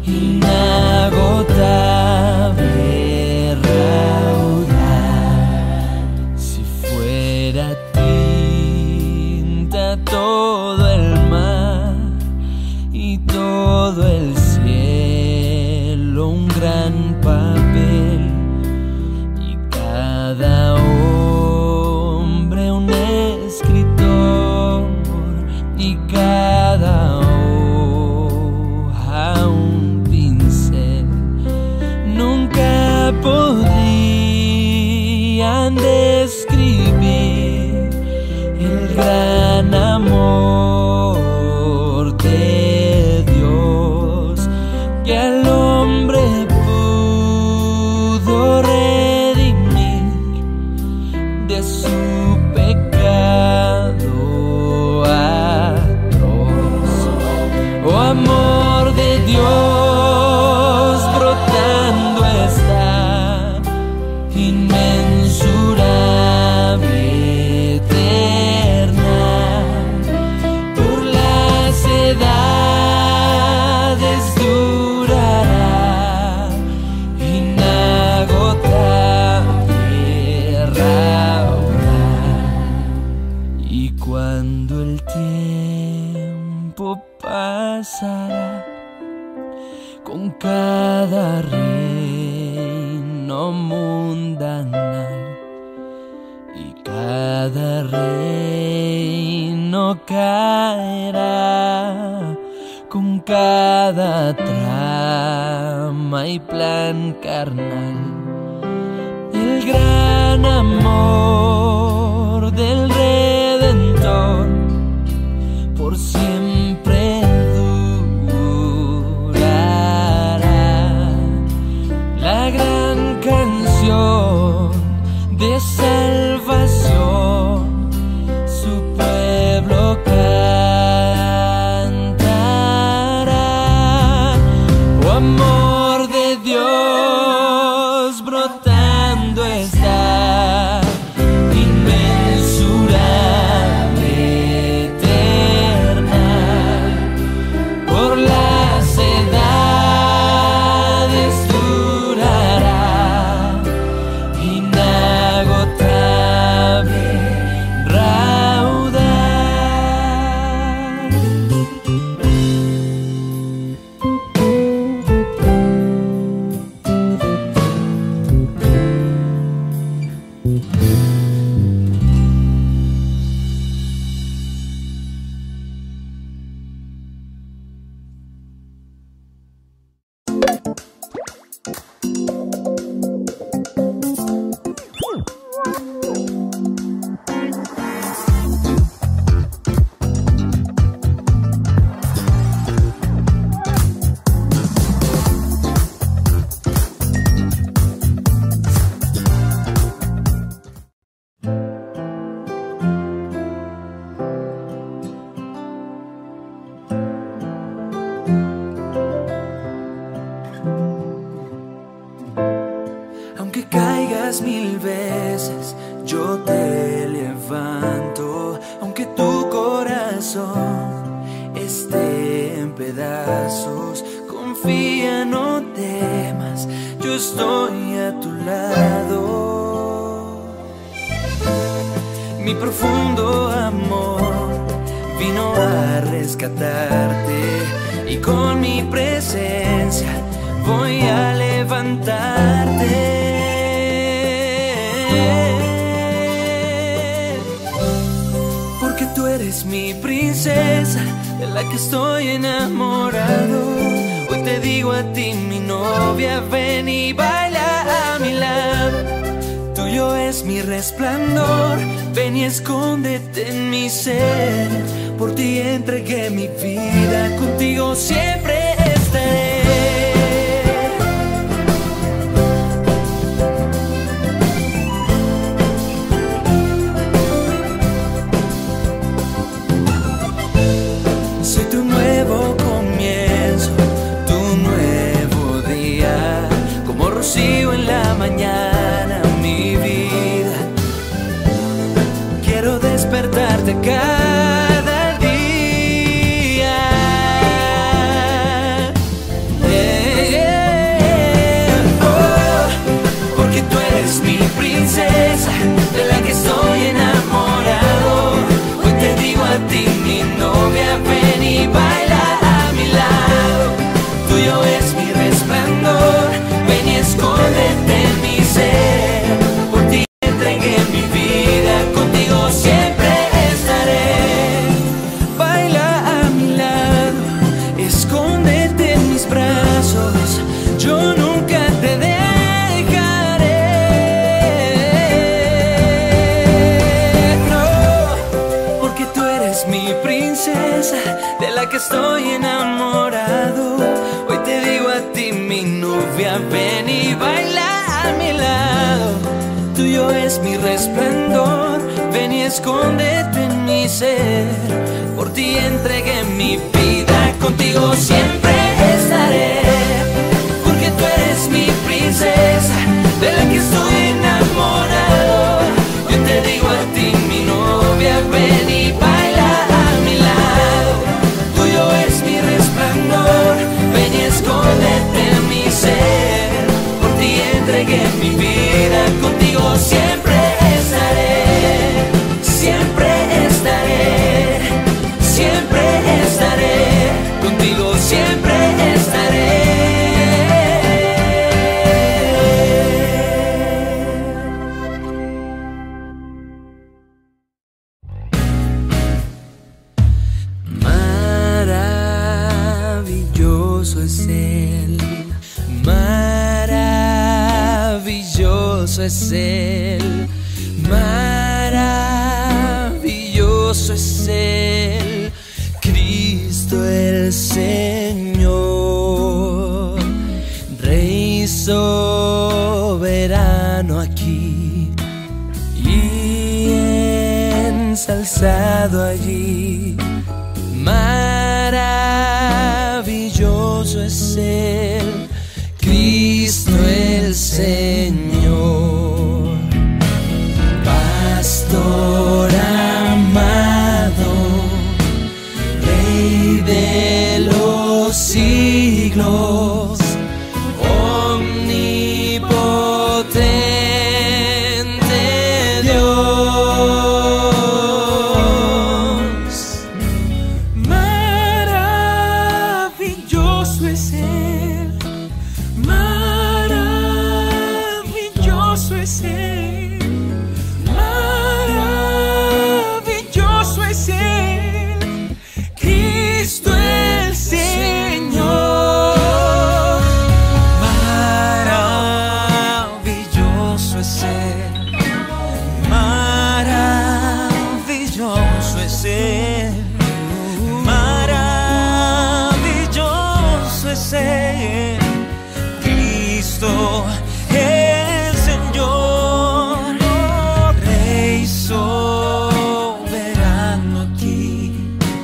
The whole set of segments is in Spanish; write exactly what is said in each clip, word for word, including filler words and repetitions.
inagotable raudal. Si fuera tinta todo el mar y todo el cielo un gran papel, y cada hombre un escritor, y cada hoja un pincel, nunca podrían describir el gran amor de Dios que al hombre pudo redimir de su pecado atroz. Oh, amor de Dios, brotando está, inmensurable, eterna, por las edades durará, inagotable raudal. Y cuando el tiempo pasará con cada reino mundanal, y cada reino caerá con cada trama y plan carnal. El gran amor del Redentor por siempre durará. La gran canción de salvación su pueblo cantará. Oh, amor de Dios, brotando está, inmensurable, eterna, por las edades durará, inagotable raudal. Aunque caigas mil veces, yo te levanto. Aunque tu corazón esté en pedazos, confía, no temas, yo estoy a tu lado. Mi profundo amor vino a rescatarte, y con mi presencia voy a levantarte. Porque tú eres mi princesa, de la que estoy enamorado. Hoy te digo a ti, mi novia, ven y baila a mi lado. Tuyo es mi resplandor, ven y escóndete en mi ser. Por ti entregué mi vida, contigo siempre estaré. Soy tu nuevo comienzo, tu nuevo día, como rocío en la mañana, mi vida. Quiero despertarte cada día. Yeah. tuyo es mi resplandor. Ven y escóndete en mi ser, por ti entregué mi vida, contigo siempre estaré. Baila a mi lado, escóndete en mis brazos, yo nunca te dejaré. No, porque tú eres mi princesa, de la que estoy enamorado. Hoy te digo a ti, mi novia, ven y baila a mi lado. Tuyo es mi resplandor, ven y escóndete en mi ser. Por ti entregué mi vida, contigo siempre estaré. Porque tú eres mi princesa, de la que estoy enamorado. Yo te digo a ti, mi novia, ven y baila a mi lado. Tuyo es mi resplandor, ven y escóndete en mi ser. Por ti entregué mi vida, contigo siempre estaré. Siempre estaré, siempre estaré, contigo siempre estaré. Maravilloso es Él, maravilloso es Él, maravilloso es Él, Cristo el Señor, Rey soberano aquí y ensalzado allí. Maravilloso es Él, Cristo el Señor, Pastor amado, Rey de los siglos, omnipotente Dios. Maravilloso es Él, maravilloso es Él, maravilloso es Él, Cristo el Señor. Maravilloso es Él, maravilloso es Él, maravilloso es Él, Cristo el Señor, Rey soberano aquí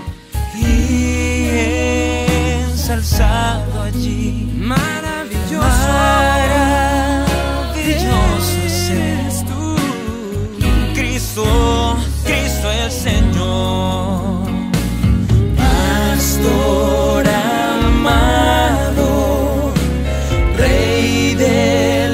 y ensalzado allí. Maravilloso, maravilloso es tú, Cristo, Cristo el Señor, Pastor amado, Rey de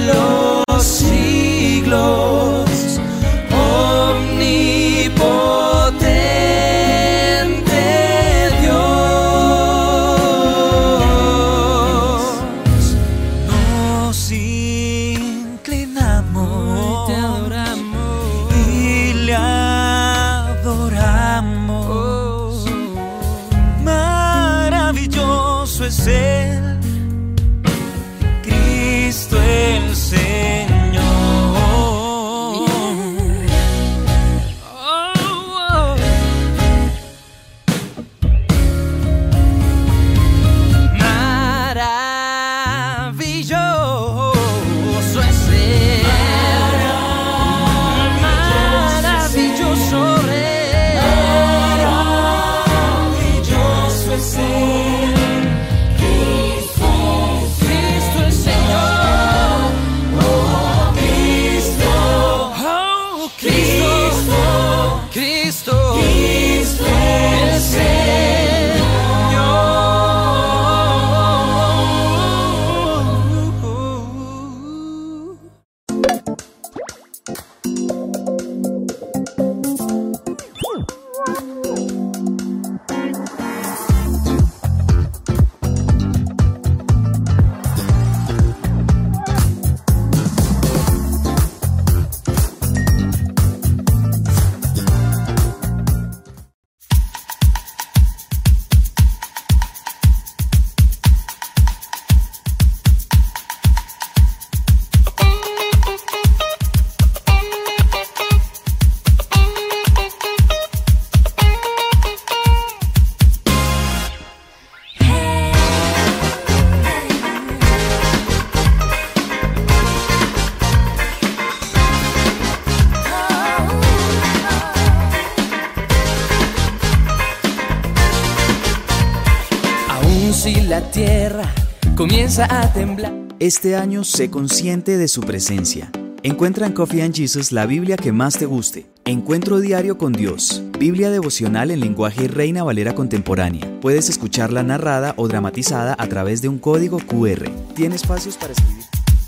la tierra comienza a temblar. Este año sé consciente de su presencia. Encuentra en Coffee and Jesus la Biblia que más te guste. Encuentro diario con Dios. Biblia devocional en lenguaje Reina Valera contemporánea. Puedes escucharla narrada o dramatizada a través de un código cu erre. Tiene espacios para escribir.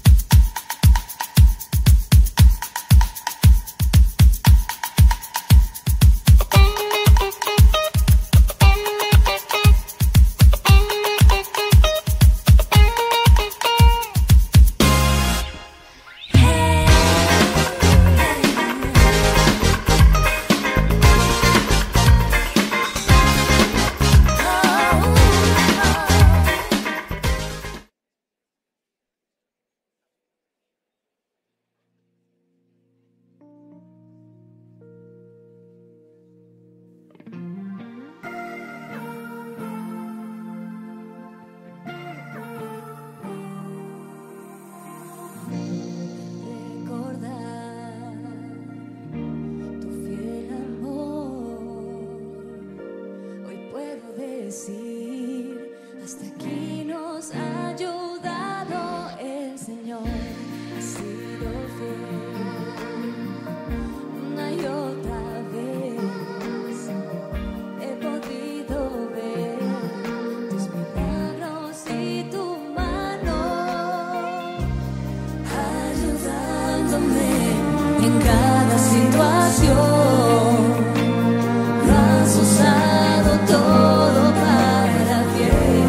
Hasta aquí nos ha ayudado el Señor, ha sido fiel. Una y otra vez he podido ver tus milagros y tu mano, ayudándome en cada situación. Has usado todo para bien.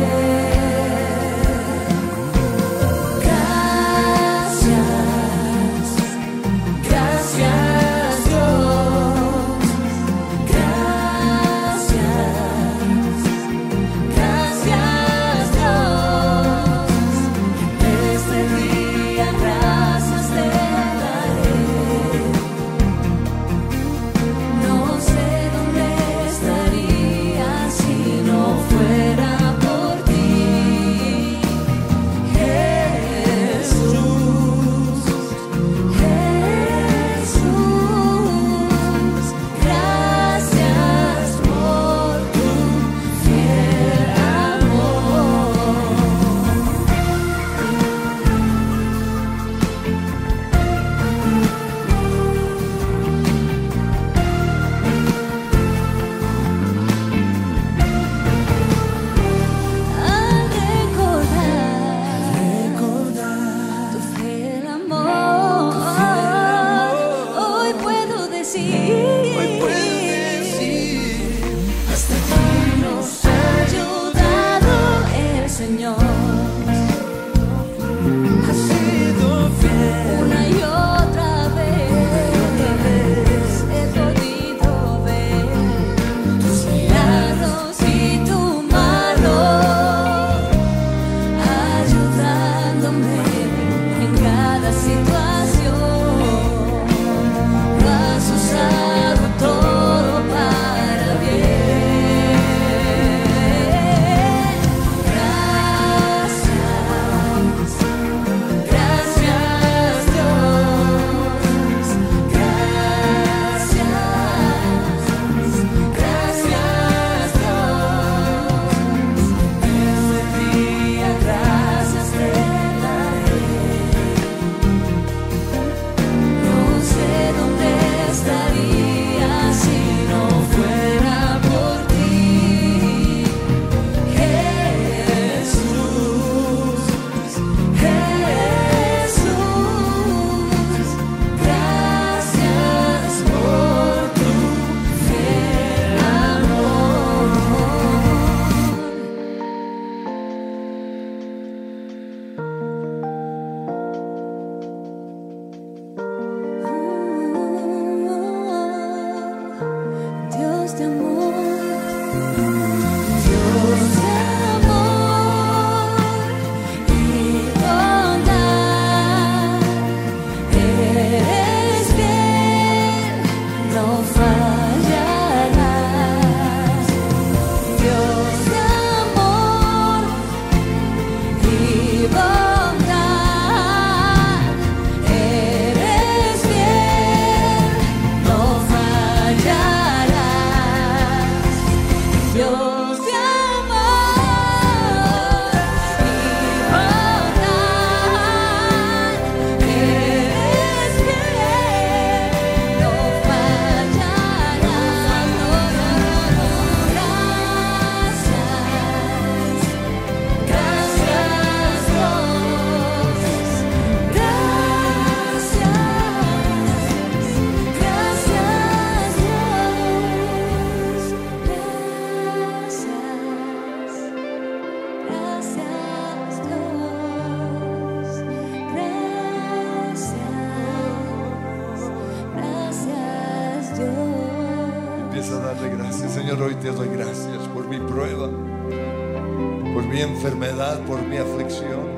Gracias, Señor, hoy te doy gracias por mi prueba, por mi enfermedad, por mi aflicción.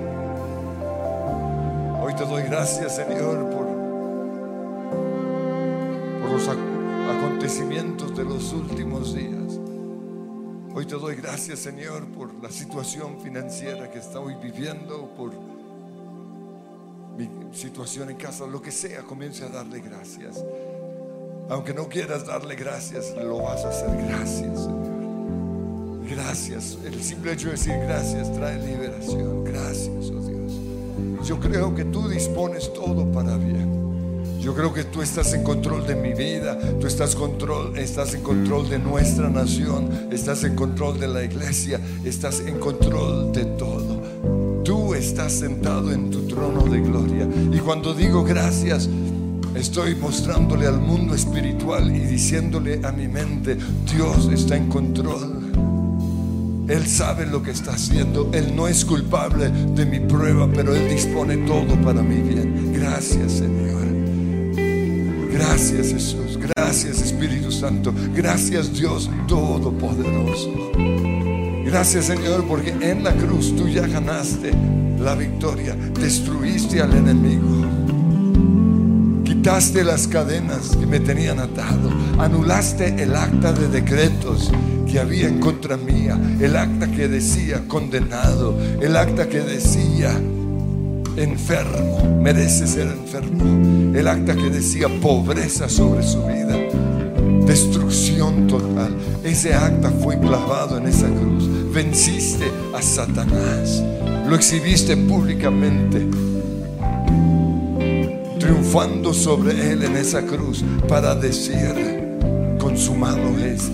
Hoy te doy gracias, Señor, por, por los acontecimientos de los últimos días. Hoy te doy gracias, Señor, por la situación financiera que estoy viviendo, por mi situación en casa, lo que sea. Comience a darle gracias. Aunque no quieras darle gracias, lo vas a hacer. Gracias, Señor. Gracias. El simple hecho de decir gracias trae liberación. Gracias, oh Dios. Yo creo que tú dispones todo para bien. Yo creo que tú estás en control de mi vida. Tú estás, control, estás en control de nuestra nación. Estás en control de la iglesia. Estás en control de todo. Tú estás sentado en tu trono de gloria. Y cuando digo gracias, estoy mostrándole al mundo espiritual y diciéndole a mi mente: Dios está en control. Él sabe lo que está haciendo. Él no es culpable de mi prueba, pero Él dispone todo para mi bien. Gracias, Señor. Gracias, Jesús. Gracias, Espíritu Santo. Gracias, Dios Todopoderoso. Gracias, Señor, porque en la cruz tú ya ganaste la victoria. Destruiste al enemigo. Quitaste las cadenas que me tenían atado. Anulaste el acta de decretos que había en contra mía. El acta que decía condenado. El acta que decía enfermo, merece ser enfermo. El acta que decía pobreza sobre su vida. Destrucción total. Ese acta fue clavado en esa cruz. Venciste a Satanás. Lo exhibiste públicamente, triunfando sobre él en esa cruz, para decir: consumado es.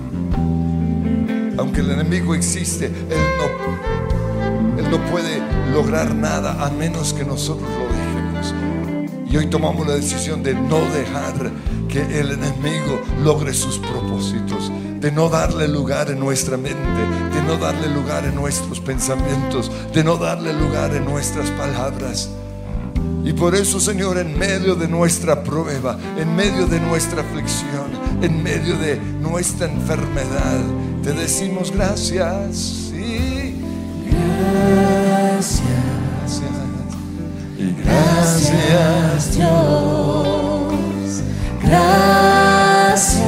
Aunque el enemigo existe, él no, él no puede lograr nada a menos que nosotros lo dejemos. Y hoy tomamos la decisión de no dejar que el enemigo logre sus propósitos, de no darle lugar en nuestra mente, de no darle lugar en nuestros pensamientos, de no darle lugar en nuestras palabras. Y por eso, Señor, en medio de nuestra prueba, en medio de nuestra aflicción, en medio de nuestra enfermedad, te decimos gracias. Sí. Gracias. Y gracias, Dios. Gracias.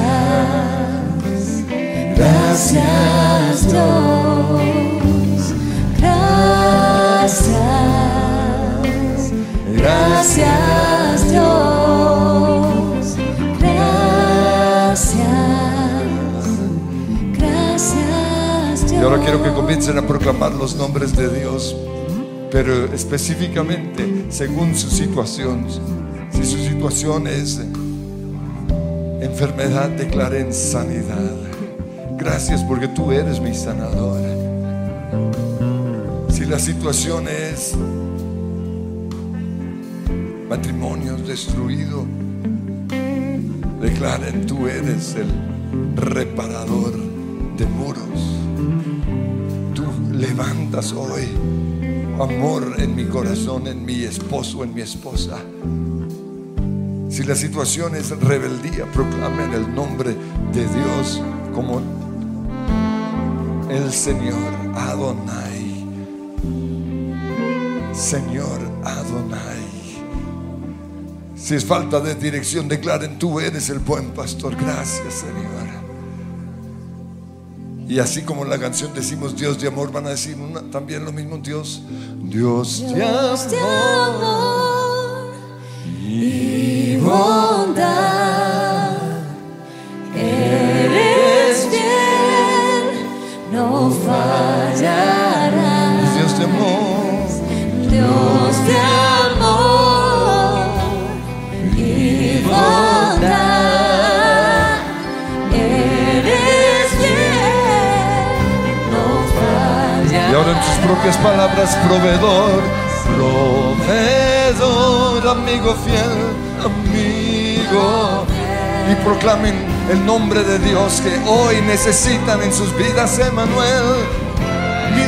Gracias, Dios. Gracias. Gracias, Dios. Gracias. Gracias, Dios. Y ahora quiero que comiencen a proclamar los nombres de Dios, pero específicamente según su situación. Si su situación es enfermedad, declaren sanidad. Gracias porque tú eres mi sanador. Si la situación es matrimonio destruido, declaren: tú eres el reparador de muros. Tú levantas hoy amor en mi corazón, en mi esposo, en mi esposa. Si la situación es rebeldía, proclamen el nombre de Dios como el Señor Adonai. Señor Adonai. Si es falta de dirección, declaren: tú eres el buen pastor. Gracias, Señor. Y así como en la canción decimos Dios de amor, van a decir una, también lo mismo: Dios, Dios de Dios de amor amor y bondad. Eres fiel, no fallarás. Dios de amor, Dios de amor y bondad. Eres fiel, no fallarás. y ahora en sus propias palabras: proveedor, proveedor, amigo fiel, amigo. Y proclamen el nombre de Dios que hoy necesitan en sus vidas. Emmanuel, mi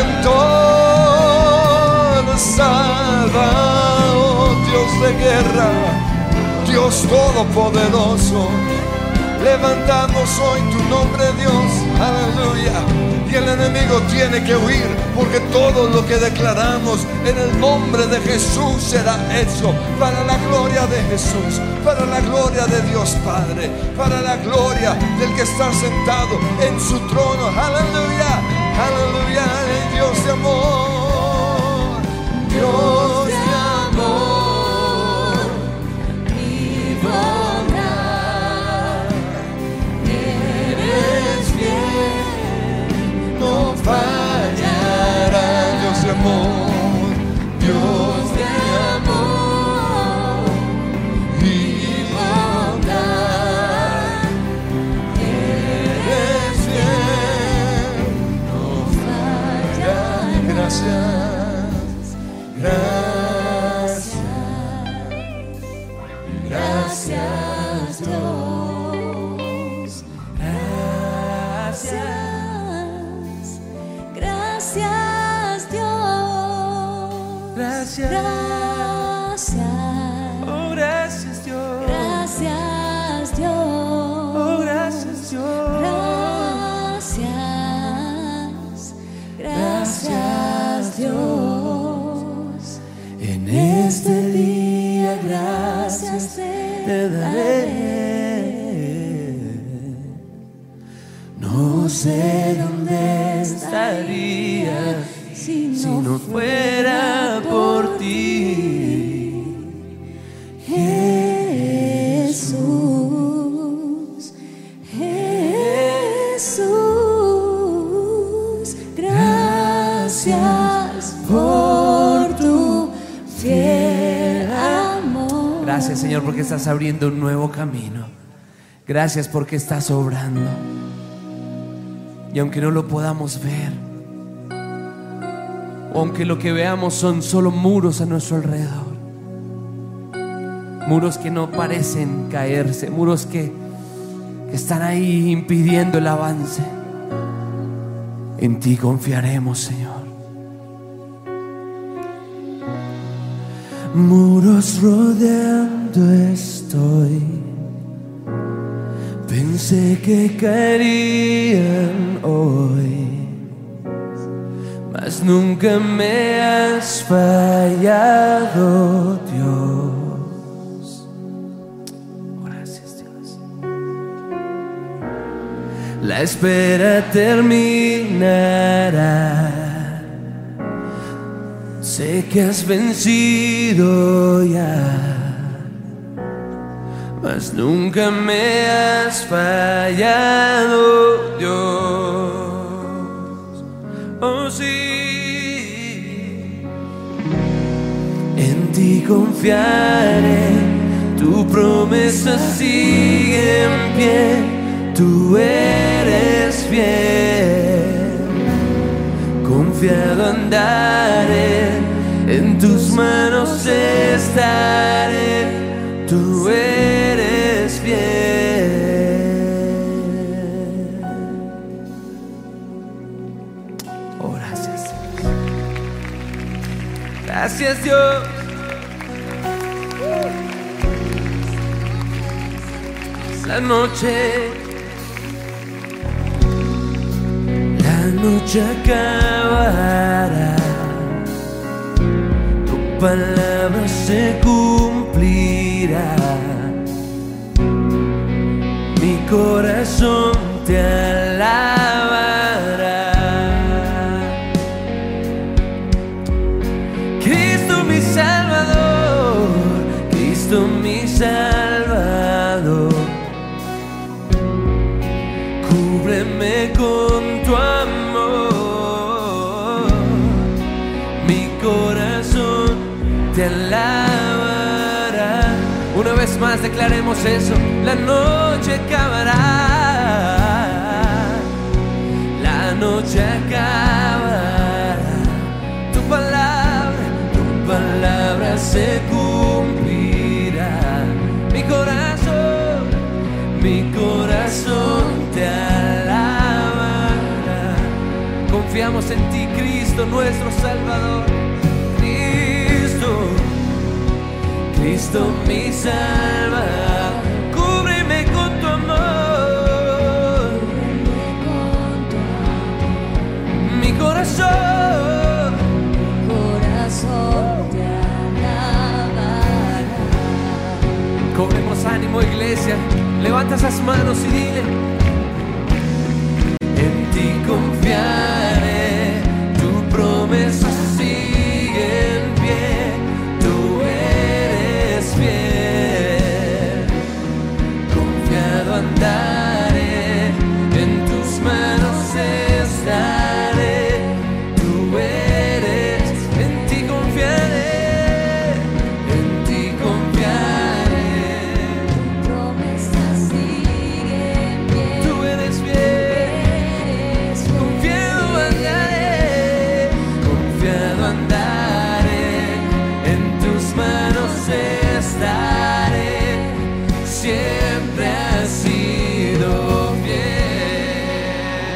Redentor, salva, oh Dios de guerra, Dios todopoderoso. Levantamos hoy tu nombre, Dios. Aleluya. Y el enemigo tiene que huir, porque todo lo que declaramos en el nombre de Jesús será hecho para la gloria de Jesús, para la gloria de Dios Padre, para la gloria del que está sentado en su trono. Aleluya, aleluya, Dios de amor, Dios de amor, mi bondad, eres fiel, no fallará. Dios de amor, Dios de amor, mi bondad, eres fiel, no fallará. Gracias, gracias, gracias Dios, gracias, gracias Dios, Gracias. gracias, Oh, gracias Dios. gracias Dios, Oh, gracias Dios. gracias, gracias Dios. En este día Gracias te daré. No sé dónde estaría si si no fuera por ti. Jesús, Jesús, gracias por tu fiel amor. Gracias, Señor, porque estás abriendo un nuevo camino. Gracias porque estás obrando. Y aunque no lo podamos ver, o aunque lo que veamos son solo muros a nuestro alrededor, muros que no parecen caerse, muros que, que están ahí impidiendo el avance, en ti confiaremos, Señor. Muros rodeando estoy, pensé que caerían hoy, mas nunca me has fallado, Dios. Gracias, Dios. La espera terminará. Sé que has vencido ya, mas nunca me has fallado, Dios. Oh, sí. En ti confiaré, tu promesa sigue en pie, tú eres fiel. Confiado andaré, en tus manos estaré, tú eres fiel. Oh, gracias. Gracias, Dios. La noche, la noche acabará. Palabra se cumplirá, mi corazón te alabará. Cristo mi Salvador, Cristo mi Salvador, cúbreme con tu amor, mi corazón te alabará. Una vez más declaremos eso. La noche acabará, la noche acabará. Tu palabra, tu palabra se cumplirá. Mi corazón, mi corazón te alabará. Confiamos en ti, Cristo, nuestro Salvador. Cristo mi Salvador, cúbreme con tu amor, Cobremos ánimo, iglesia. Levanta esas manos y dile: en ti confiaré, tu promesa sigue en pie, tú eres fiel. Confiado andaré, en tus manos estaré, tú eres, en ti confiaré, en ti confiaré. Promesa sigue en pie. Tú eres fiel, confiado andaré, confiado andaré, en tus manos estaré, siempre has sido fiel.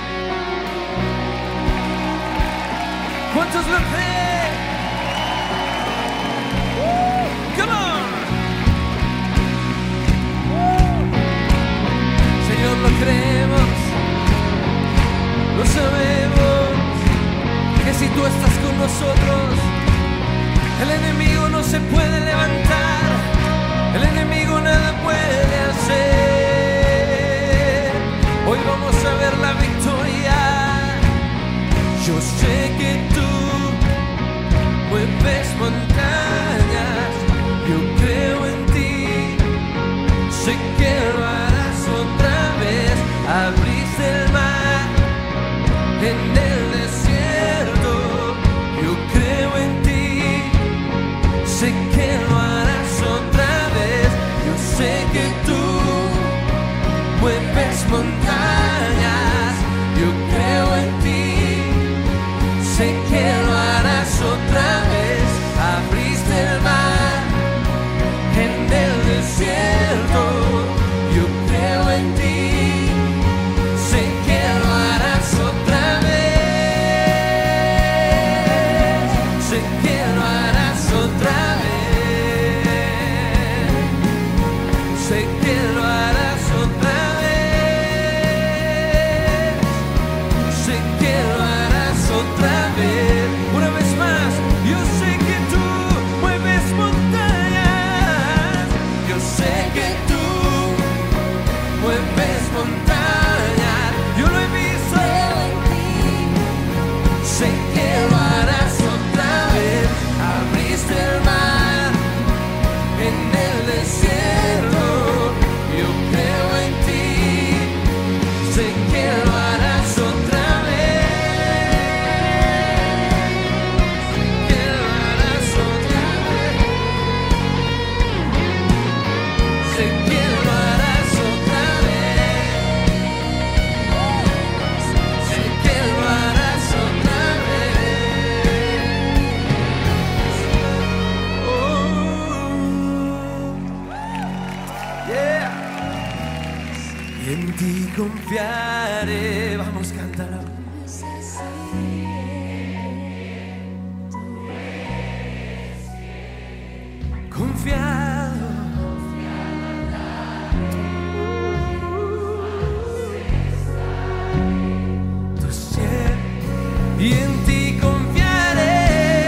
¿Cuántos lo creen? Uh, come on. Señor, lo creemos, lo sabemos, que si tú estás con nosotros, el enemigo no se puede levantar, el enemigo nada puede hacer. Hoy vamos a ver la victoria. Yo sé que tú mueves montañas, yo creo en ti, sé que lo harás otra vez. Abriste el mar en el desierto, yo creo en ti, sé que lo harás otra vez. Yo sé que tú mueves montañas, yo creo en ti, sé que lo harás otra vez. Abriste el mar en el desierto, yo creo en ti, sé que lo harás otra vez, sé que lo harás otra vez, sé que lo harás otra vez, sé que lo harás otra vez. Una vez más, yo sé que tú mueves montañas, yo sé que tú mueves montañas, yo lo he visto, sé que lo harás otra vez. Abriste el mar en el desierto, yo creo en ti, sé que lo harás otra vez, que lo harás otra vez, sé que lo harás otra vez, sé que lo harás otra vez. Oh, yeah. Y en ti confiaré. Vamos, cántala. Confiado. Tú siempre. Y en ti confiaré.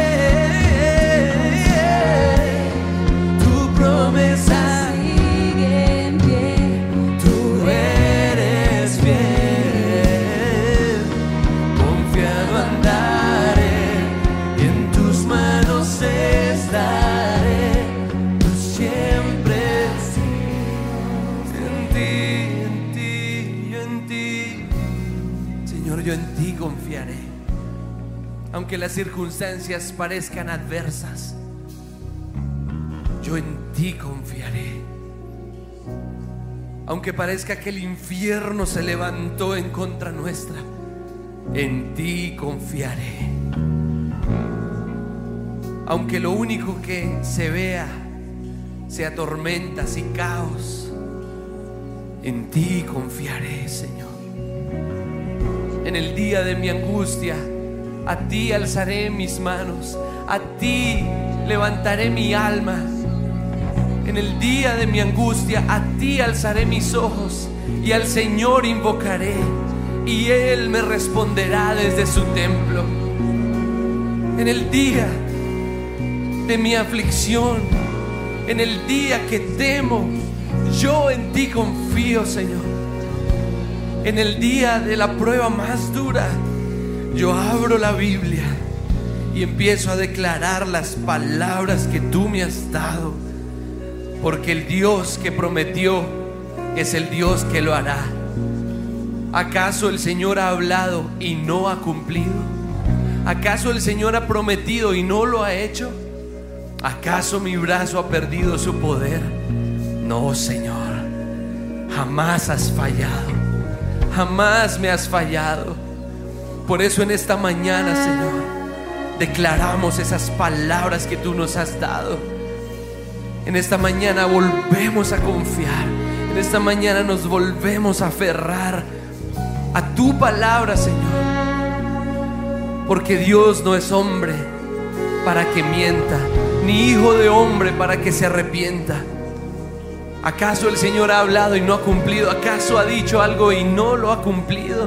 Tu promesa Sigue en pie. tú eres fiel, confiado andaré, y en tus manos estaré, tú siempre. En ti, en ti, yo en ti, Señor, yo en ti confiaré, aunque las circunstancias parezcan adversas, yo en ti confiaré. Aunque parezca que el infierno se levantó en contra nuestra, en ti confiaré. Aunque lo único que se vea sea tormentas y caos, en ti confiaré, Señor. En el día de mi angustia, a ti alzaré mis manos, a ti levantaré mi alma. En el día de mi angustia, a ti alzaré mis ojos y al Señor invocaré, y Él me responderá desde su templo. En el día de mi aflicción, En el día que temo, yo en ti confío, Señor. En el día de la prueba más dura, yo abro la Biblia y empiezo a declarar las palabras que tú me has dado, porque el Dios que prometió es el Dios que lo hará. ¿Acaso el Señor ha hablado y no ha cumplido? ¿Acaso el Señor ha prometido y no lo ha hecho? ¿Acaso mi brazo ha perdido su poder? No, Señor, jamás has fallado, jamás me has fallado. Por eso en esta mañana, Señor, declaramos esas palabras que tú nos has dado. En esta mañana volvemos a confiar. En esta mañana nos volvemos a aferrar a tu palabra, Señor. Porque Dios no es hombre para que mienta, ni hijo de hombre para que se arrepienta. ¿Acaso el Señor ha hablado y no ha cumplido? ¿Acaso ha dicho algo y no lo ha cumplido?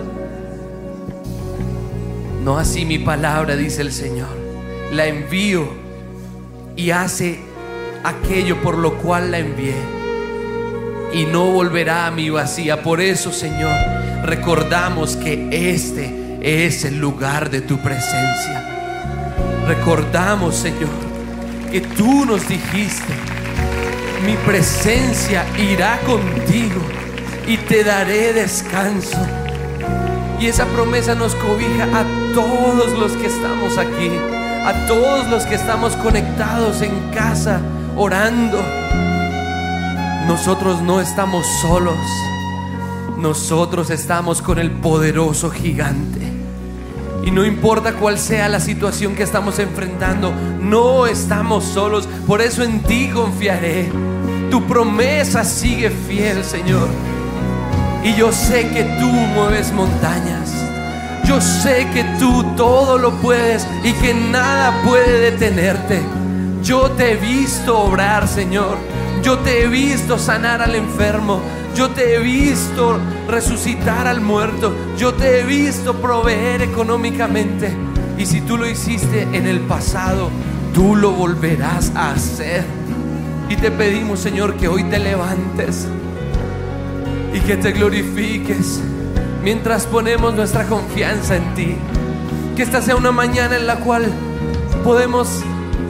No así mi palabra, dice el Señor. La envío y hace aquello por lo cual la envié, y no volverá a mí vacía. Por eso, Señor, recordamos que este es el lugar de tu presencia. Recordamos, Señor, que tú nos dijiste: mi presencia irá contigo y te daré descanso. Y esa promesa nos cobija a todos los que estamos aquí, a todos los que estamos conectados en casa, orando. Nosotros no estamos solos. Nosotros estamos con el poderoso gigante. Y no importa cuál sea la situación que estamos enfrentando, no estamos solos. Por eso en ti confiaré. Tu promesa sigue fiel, Señor. Y yo sé que tú mueves montañas. Yo sé que tú todo lo puedes y que nada puede detenerte. Yo te he visto obrar, Señor. Yo te he visto sanar al enfermo. Yo te he visto resucitar al muerto. Yo te he visto proveer económicamente. Y si tú lo hiciste en el pasado, tú lo volverás a hacer. Y te pedimos, Señor, que hoy te levantes y que te glorifiques mientras ponemos nuestra confianza en ti. Que esta sea una mañana en la cual podemos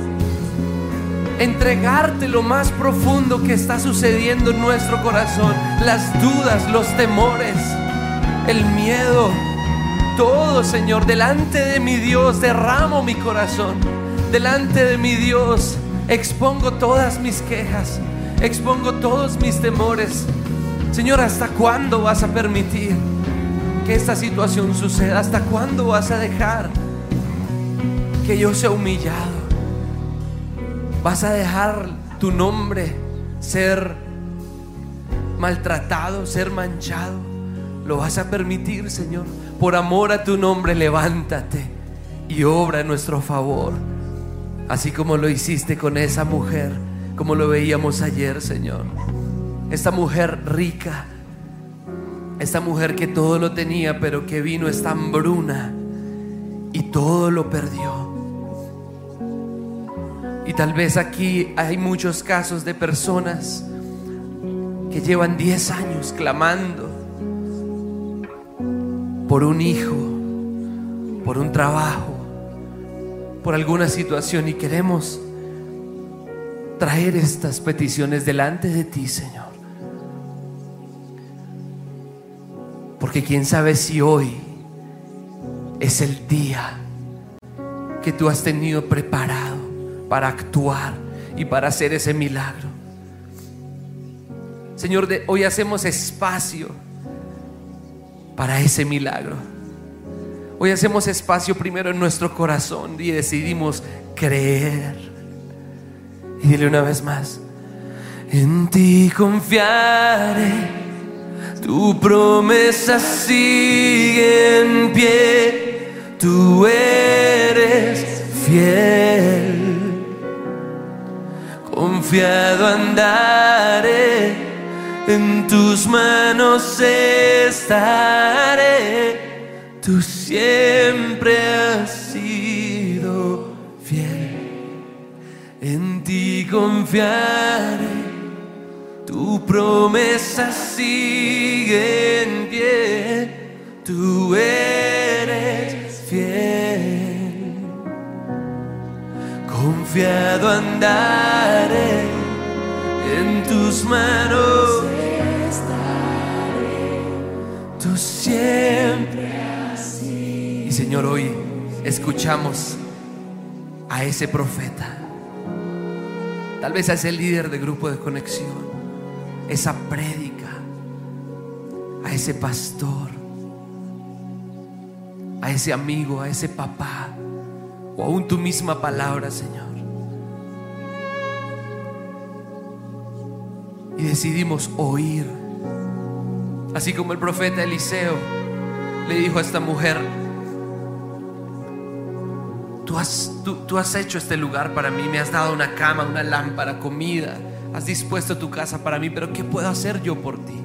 entregarte lo más profundo que está sucediendo en nuestro corazón. Las dudas, los temores, el miedo, todo, Señor, delante de mi Dios derramo mi corazón. Delante de mi Dios expongo todas mis quejas, expongo todos mis temores. Señor, ¿hasta cuándo vas a permitir que esta situación suceda? ¿Hasta cuándo vas a dejar que yo sea humillado? ¿Vas a dejar tu nombre ser maltratado, ser manchado? ¿Lo vas a permitir, Señor? Por amor a tu nombre, levántate y obra en nuestro favor. Así como lo hiciste con esa mujer, como lo veíamos ayer, Señor. Esta mujer rica, esta mujer que todo lo tenía, pero que vino esta hambruna y todo lo perdió. Y tal vez aquí hay muchos casos de personas que llevan diez años clamando por un hijo, por un trabajo, por alguna situación, y queremos traer estas peticiones delante de ti, Señor. Porque quién sabe si hoy es el día que tú has tenido preparado para actuar y para hacer ese milagro. Señor, de hoy hacemos espacio para ese milagro. Hoy hacemos espacio primero en nuestro corazón y decidimos creer. Y dile una vez más: en ti confiaré. Tu promesa sigue en pie. Tú eres fiel. Confiado andaré, en tus manos estaré. Tú siempre has sido fiel. en ti confiaré. Tu promesa sigue en pie, tú eres fiel. Confiado andaré, en tus manos estaré, tú siempre así. Y Señor, hoy escuchamos a ese profeta, tal vez a ese líder de grupo de conexión, esa prédica, a ese pastor, a ese amigo, a ese papá, o aún tu misma palabra, Señor. Y decidimos oír, así como el profeta Eliseo le dijo a esta mujer: Tú has, tú, tú has hecho este lugar para mí, me has dado una cama, una lámpara, comida, has dispuesto tu casa para mí, pero ¿qué puedo hacer yo por ti?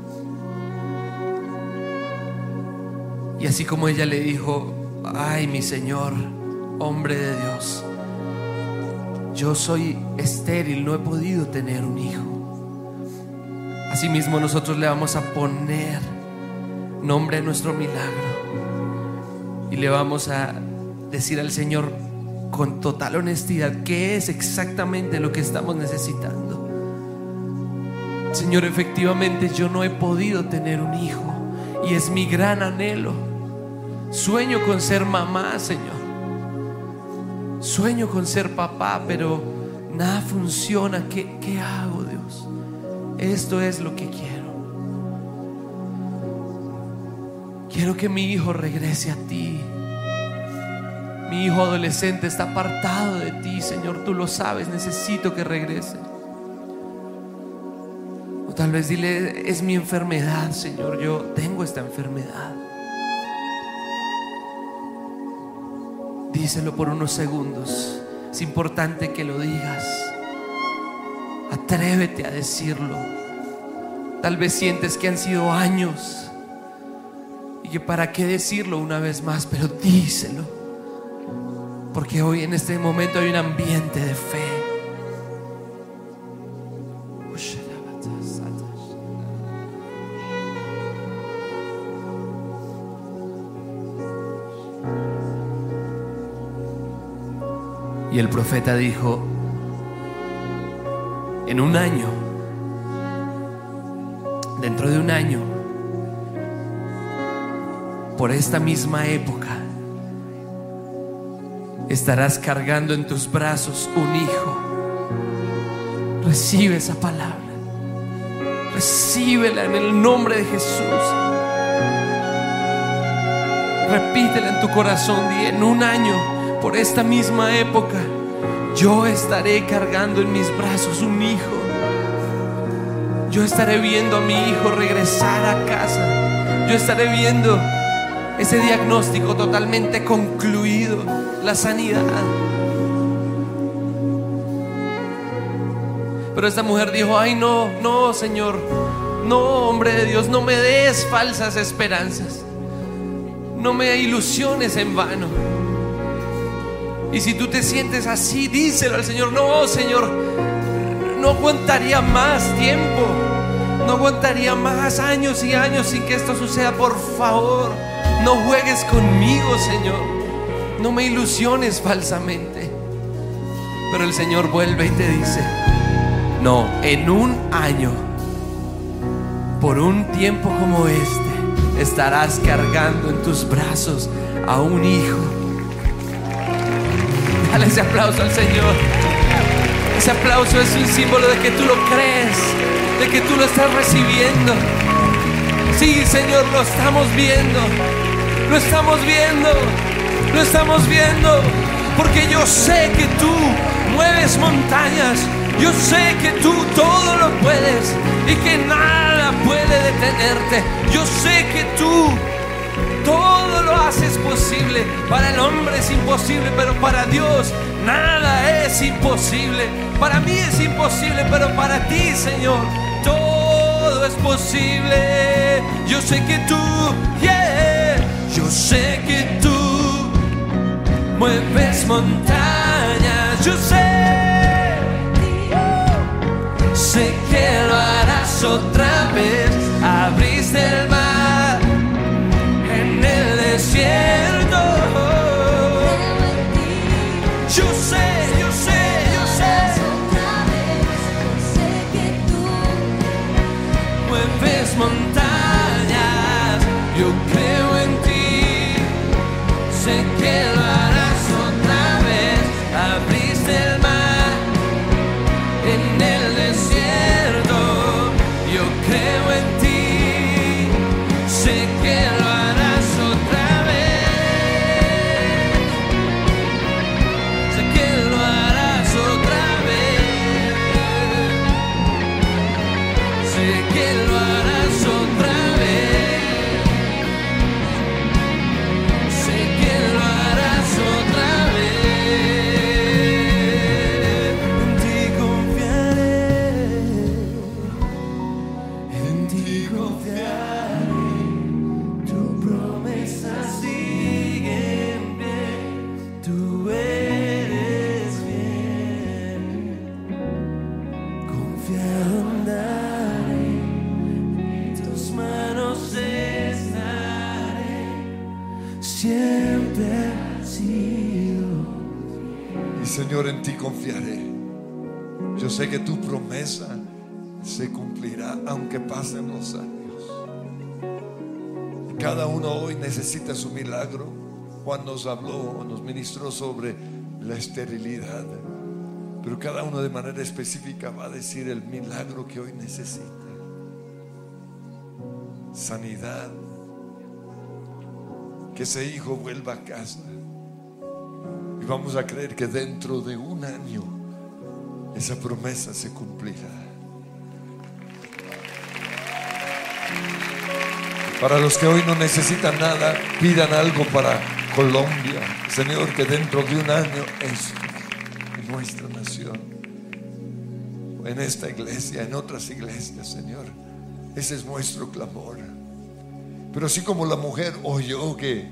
Y así como ella le dijo: ay, mi Señor, hombre de Dios, yo soy estéril, no he podido tener un hijo. Asimismo nosotros le vamos a poner nombre a nuestro milagro y le vamos a decir al Señor con total honestidad qué es exactamente lo que estamos necesitando. Señor, efectivamente yo no he podido tener un hijo y es mi gran anhelo. Sueño con ser mamá, Señor. Sueño con ser papá, pero nada funciona. ¿Qué, qué hago, Dios? Esto es lo que quiero. Quiero que mi hijo regrese a ti. Mi hijo adolescente está apartado de ti, Señor, tú lo sabes, necesito que regrese. O tal vez dile: es mi enfermedad, Señor, yo tengo esta enfermedad. Díselo por unos segundos. Es importante que lo digas. Atrévete a decirlo. Tal vez sientes que han sido años y que para qué decirlo una vez más, pero díselo, porque hoy en este momento hay un ambiente de fe. Y el profeta dijo: en un año, dentro de un año, por esta misma época, estarás cargando en tus brazos un hijo. Recibe esa palabra, recíbela en el nombre de Jesús. Repítela en tu corazón. Di: en un año, por esta misma época, yo estaré cargando en mis brazos un hijo. Yo estaré viendo a mi hijo regresar a casa. Yo estaré viendo ese diagnóstico totalmente concluido, la sanidad. Pero esta mujer dijo: ay, no, no, Señor, no, hombre de Dios, no me des falsas esperanzas, no me ilusiones en vano. Y si tú te sientes así, díselo al Señor: no, Señor, no aguantaría más tiempo, no aguantaría más años y años sin que esto suceda. Por favor, no juegues conmigo, Señor, no me ilusiones falsamente. Pero el Señor vuelve y te dice: no, en un año, por un tiempo como este, estarás cargando en tus brazos a un hijo. Dale ese aplauso al Señor. Ese aplauso es un símbolo de que tú lo crees, de que tú lo estás recibiendo. Sí, Señor, lo estamos viendo, lo estamos viendo, lo estamos viendo, porque yo sé que tú mueves montañas. Yo sé que tú todo lo puedes y que nada puede detenerte. Yo sé que tú todo lo haces posible. Para el hombre es imposible, pero para Dios nada es imposible. Para mí es imposible, pero para ti, Señor, todo es posible. Yo sé que tú, yeah, yo sé que tú mueves montañas. Yo sé sé que lo harás otra vez. Abriste el mar en el desierto. Yo sé, yo sé, yo sé. Mueves montañas, yo creo en ti. Sé que lo harás otra vez. Abriste el mar en el desierto. Yo creo en ti. Sé que lo harás otra vez. Sé que lo harás otra vez. Sé que lo harás otra vez. Sé que lo harás otra vez. En ti confiaré. En ti confiaré. Tu promesa sigue en pie. Tú eres bien. Confiado andaré. En tus manos estaré. Siempre has sido. Y Señor, en ti confiaré. Yo sé que tu promesa se cumplirá aunque pasen los años. Cada uno hoy necesita su milagro. Juan nos habló, nos ministró sobre la esterilidad, pero cada uno de manera específica va a decir el milagro que hoy necesita. Sanidad, que ese hijo vuelva a casa. Y vamos a creer que dentro de un año esa promesa se cumplirá. Para los que hoy no necesitan nada, pidan algo para Colombia. Señor, que dentro de un año esto en nuestra nación, en esta iglesia, en otras iglesias, Señor, ese es nuestro clamor. Pero así como la mujer oyó que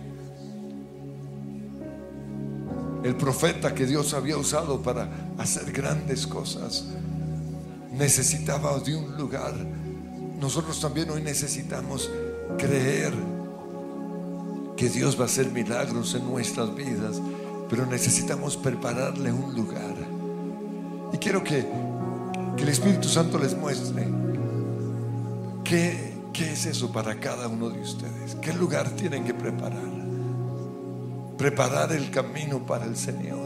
el profeta que Dios había usado para hacer grandes cosas necesitaba de un lugar, nosotros también hoy necesitamos creer que Dios va a hacer milagros en nuestras vidas, pero necesitamos prepararle un lugar. Y quiero que, que el Espíritu Santo les muestre qué, qué es eso para cada uno de ustedes. ¿Qué lugar tienen que preparar? Preparar el camino para el Señor.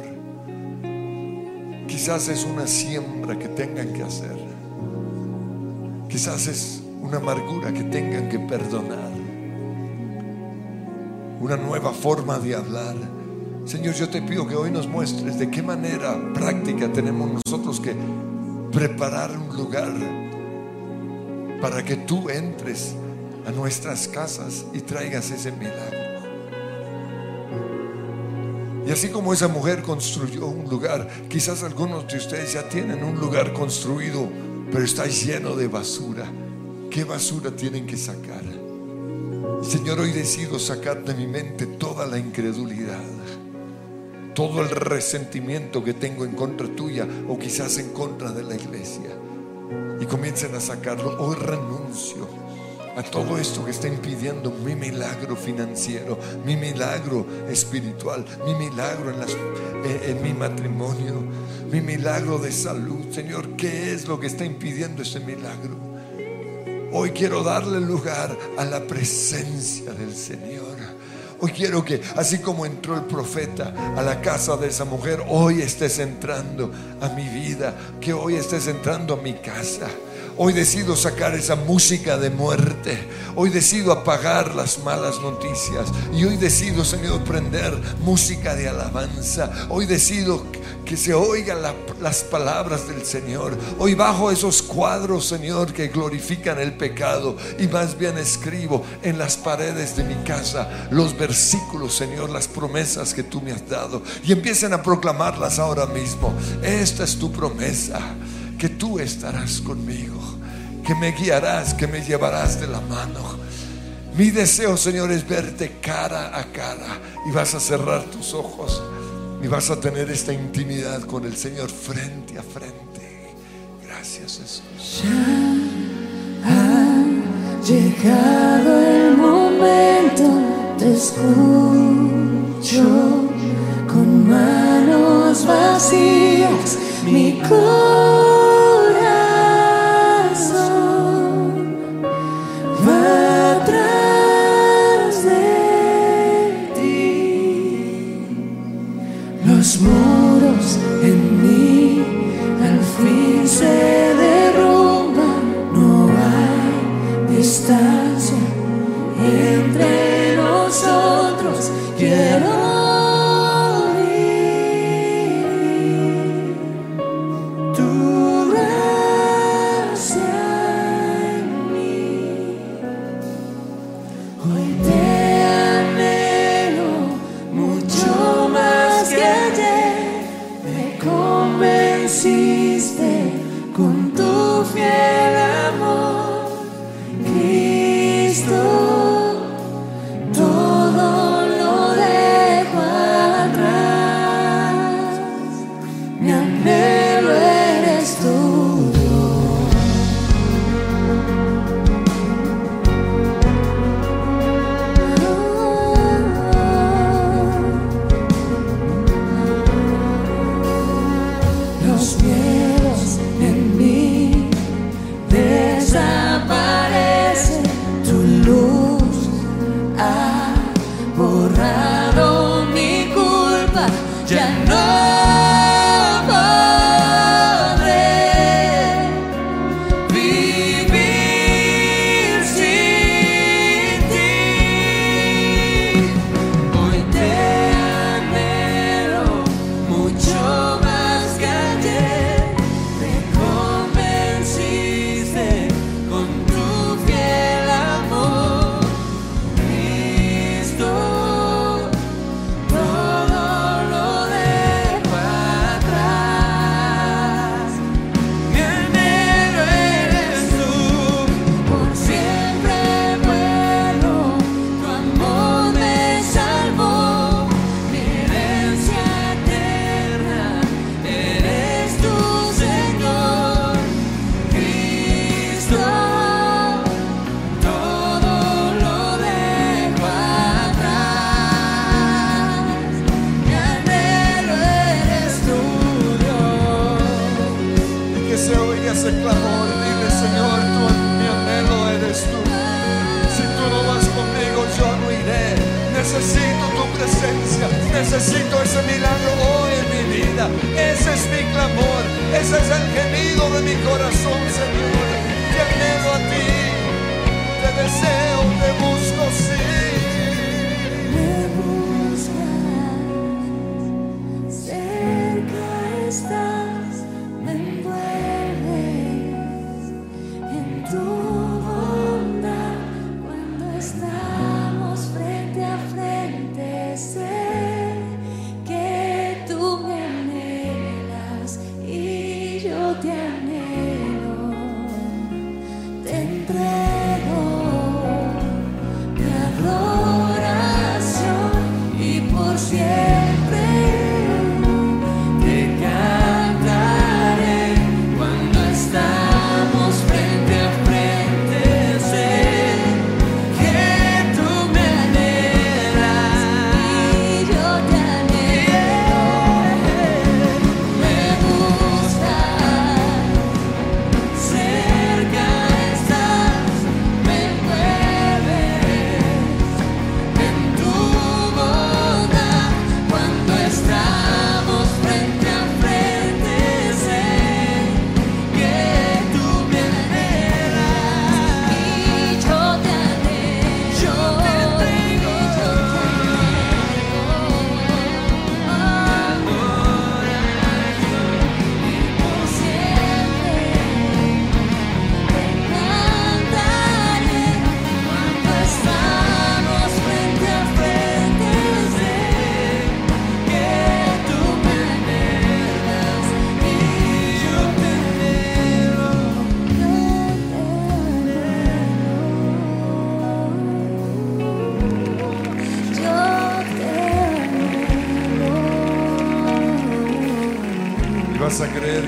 Quizás es una siembra que tengan que hacer. Quizás es una amargura que tengan que perdonar. Una nueva forma de hablar. Señor, yo te pido que hoy nos muestres de qué manera práctica tenemos nosotros que preparar un lugar para que tú entres a nuestras casas y traigas ese milagro. Y así como esa mujer construyó un lugar, quizás algunos de ustedes ya tienen un lugar construido, pero está lleno de basura. ¿Qué basura tienen que sacar? Señor, hoy decido sacar de mi mente toda la incredulidad, todo el resentimiento que tengo en contra tuya o quizás en contra de la iglesia, y comiencen a sacarlo. Hoy renuncio a todo esto que está impidiendo mi milagro financiero, mi milagro espiritual, mi milagro en, las, en, en mi matrimonio, mi milagro de salud. Señor, ¿qué es lo que está impidiendo ese milagro? Hoy quiero darle lugar a la presencia del Señor. Hoy quiero que, así como entró el profeta a la casa de esa mujer, hoy estés entrando a mi vida, que hoy estés entrando a mi casa. Hoy decido sacar esa música de muerte. Hoy decido apagar las malas noticias. Y hoy decido, Señor, prender música de alabanza. Hoy decido que se oigan la, las palabras del Señor. Hoy bajo esos cuadros, Señor, que glorifican el pecado, y más bien escribo en las paredes de mi casa los versículos, Señor, las promesas que tú me has dado, y empiecen a proclamarlas ahora mismo. Esta es tu promesa, que tú estarás conmigo, que me guiarás, que me llevarás de la mano. Mi deseo, Señor, es verte cara a cara, y vas a cerrar tus ojos y vas a tener esta intimidad con el Señor frente a frente. Gracias, Jesús. Llegado el momento, te escucho con manos vacías, mi corazón va tras de ti. Los muros en mí al fin se derrumban, no hay distancia entre nosotros, quiero vivir tu gracia en mí. Hoy te anhelo mucho más que ayer, me convenciste con tu fiel amor, Cristo. Todo lo dejo atrás, mi anhelo eres tú, Dios. Los miedos en mí desaparecen, tu luz ha borrado mi culpa, ya no podré vivir sin ti. Hoy te anhelo mucho más que ayer, me convenciste con tu fiel amor, Cristo. Todo lo dejo atrás, mi anhelo eres tú, por siempre bueno, tu amor me salvó, mi herencia eterna eres tú, Señor, Cristo. Todo lo dejo atrás, mi anhelo eres tú, Dios. Y que se oiga ese clamor, dile, Señor, tú, mi anhelo eres tú. Si tú no vas conmigo, yo no iré. Necesito tu presencia, necesito ese milagro hoy en mi vida. Ese es mi clamor, ese es el gemido de mi corazón, Señor. Te anhelo a ti, te deseo, te busco, sí. Me buscas, cerca estás, me envuelves en tu bondad. Cuando estamos frente a frente, sé que tú me anhelas y yo te anhelo. Te entrego mi adoración y por siempre te cantaré. Cuando estamos frente a frente, sé que tú me anhelas y yo te anhelo. Me buscas,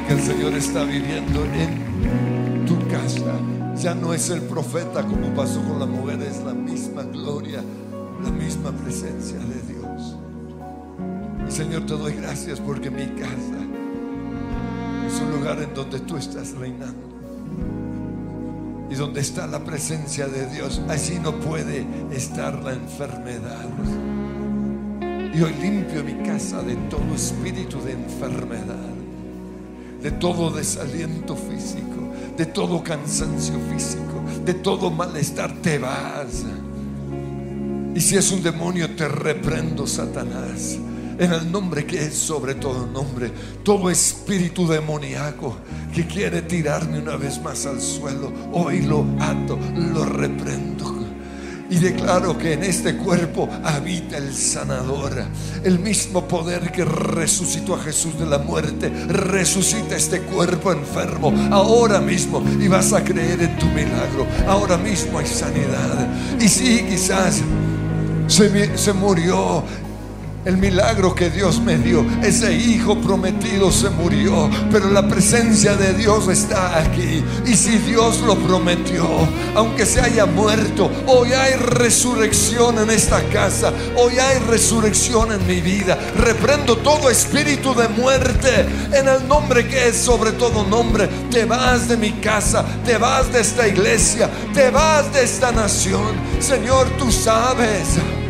que el Señor está viviendo en tu casa. Ya no es el profeta como pasó con la mujer, es la misma gloria, la misma presencia de Dios. Y Señor, te doy gracias porque mi casa es un lugar en donde tú estás reinando. Y donde está la presencia de Dios, allí no puede estar la enfermedad. Y hoy limpio mi casa de todo espíritu de enfermedad, de todo desaliento físico, de todo cansancio físico, de todo malestar. Te vas. Y si es un demonio, te reprendo, Satanás, en el nombre que es sobre todo nombre. Todo espíritu demoníaco que quiere tirarme una vez más al suelo, hoy lo ato, lo reprendo. Y declaro que en este cuerpo habita el sanador. El mismo poder que resucitó a Jesús de la muerte resucita este cuerpo enfermo ahora mismo. Y vas a creer en tu milagro. Ahora mismo hay sanidad. Y sí, quizás se, se murió el milagro que Dios me dio. Ese hijo prometido se murió, pero la presencia de Dios está aquí. Y si Dios lo prometió, aunque se haya muerto, hoy hay resurrección en esta casa. Hoy hay resurrección en mi vida. Reprendo todo espíritu de muerte en el nombre que es sobre todo nombre. Te vas de mi casa, te vas de esta iglesia, te vas de esta nación. Señor, tú sabes